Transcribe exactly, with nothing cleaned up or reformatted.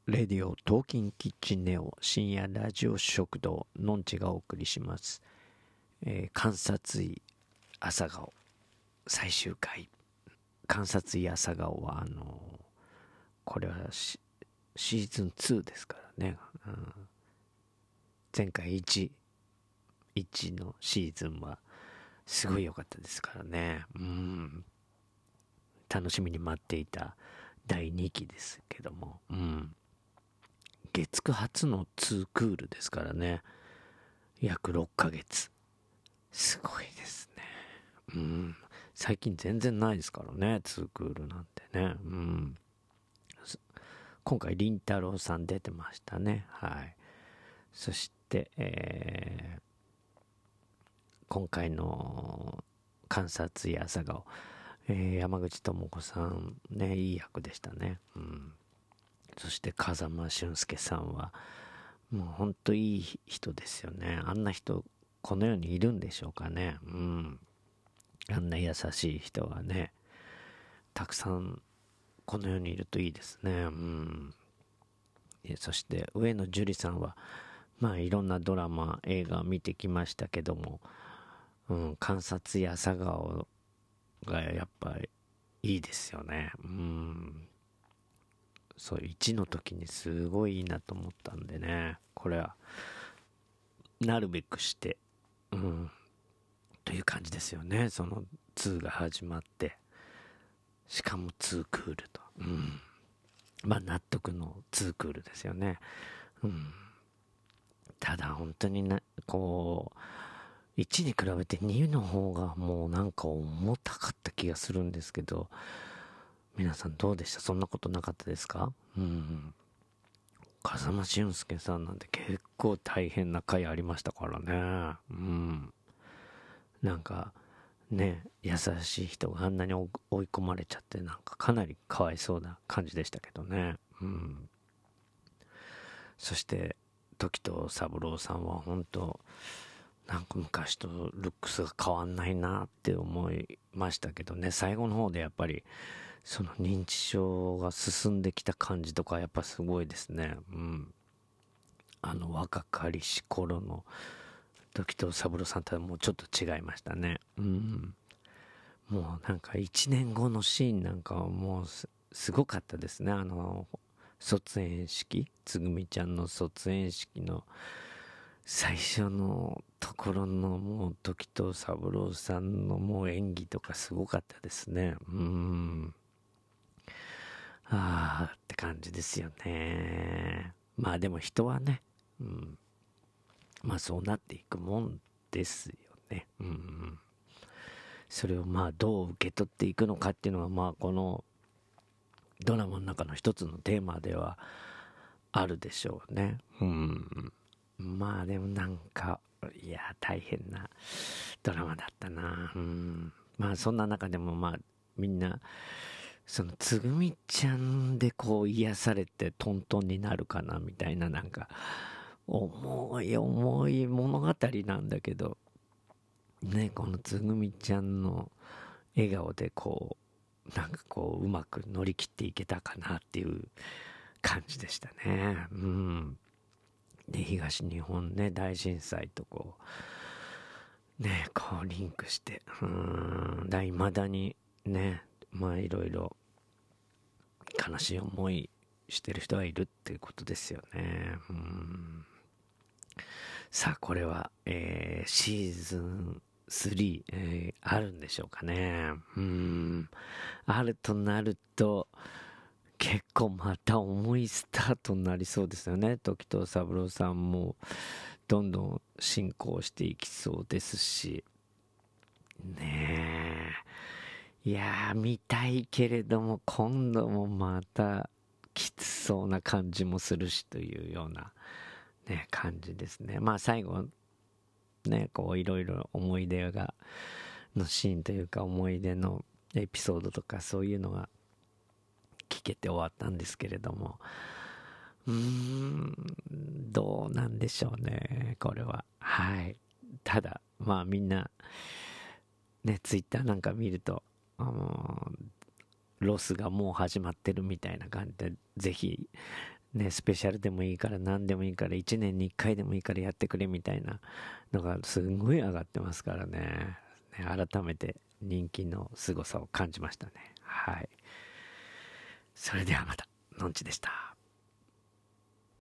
レディオトーキンキッチンネオ深夜ラジオ食堂のんちがお送りします、えー、観察医朝顔最終回。観察医朝顔はあのー、これはシーズンツーですからね、うん、前回いちのシーズンはすごい良かったですからね、うん、楽しみに待っていただいにきですけども、うん月く初のツークールですからね。約ろっかげつ。すごいですね。うん。最近全然ないですからね、ツークールなんてね。うん。今回、りんたろーさん出てましたね。はい。そして、えー、今回の観察医朝顔、えー、山口智子さん、ね、いい役でしたね。うん。そして風間俊介さんはもうほんといい人ですよね。あんな人この世にいるんでしょうかね。うん。あんな優しい人がね、たくさんこの世にいるといいですね。うん。そして上野樹里さんはまあいろんなドラマ映画を見てきましたけども、うん、観察や朝顔がやっぱりいいですよね。うん。そういちの時にすごいいいなと思ったんでね、これはなるべくしてうんという感じですよね。そのツーが始まってしかもツークールと、うんまあ納得のツークールですよね。うんただ本当になこういちに比べてにの方がもうなんか重たかった気がするんですけど、皆さんどうでした？そんなことなかったですか？うん風間俊介さんなんて結構大変な回ありましたからね。うんなんかね優しい人があんなに追い込まれちゃって、なんかかなりかわいそうな感じでしたけどね。うんそして時藤三郎さんは本当なんか昔とルックスが変わんないなって思いましたけどね。最後の方でやっぱりその認知症が進んできた感じとかやっぱすごいですね。うんあの若かりし頃の時藤三郎さんとはもうちょっと違いましたね。うんもうなんかいちねんごのシーンなんかはもう す, すごかったですね。あの卒園式、つぐみちゃんの卒園式の最初のところのもう時藤三郎さんのもう演技とかすごかったですね。うんあーって感じですよね。まあでも人はね、うん、まあそうなっていくもんですよね。うんそれをまあどう受け取っていくのかっていうのはまあこのドラマの中の一つのテーマではあるでしょうね。うんまあでもなんかいや大変なドラマだったな。うんまあそんな中でもまあみんなそのつぐみちゃんでこう癒されてトントンになるかなみたいな、なんか重い重い物語なんだけどね、このつぐみちゃんの笑顔でこうなんかこううまく乗り切っていけたかなっていう感じでしたね。うんで東日本ね大震災とこうねこうリンクしてうんだいまだにねまあいろいろ悲しい思いしてる人はいるっていうことですよね。うんさあこれは、えー、シーズンスリー、えー、あるんでしょうかね。うんあるとなると結構また重いスタートになりそうですよね。時藤三郎さんもどんどん進行していきそうですしねえいやー見たいけれども今度もまたきつそうな感じもするしというような、ね、感じですね。まあ最後ねこういろいろ思い出がのシーンというか思い出のエピソードとかそういうのが聞けて終わったんですけれども、うーんどうなんでしょうねこれは。はいただまあみんなねツイッターなんか見ると、あのーロスがもう始まってるみたいな感じでぜひね、スペシャルでもいいから何でもいいからいちねんにいっかいでもいいからやってくれみたいなのがすんごい上がってますからね。ね、改めて人気の凄さを感じましたね。はい。それではまた、のんちでした。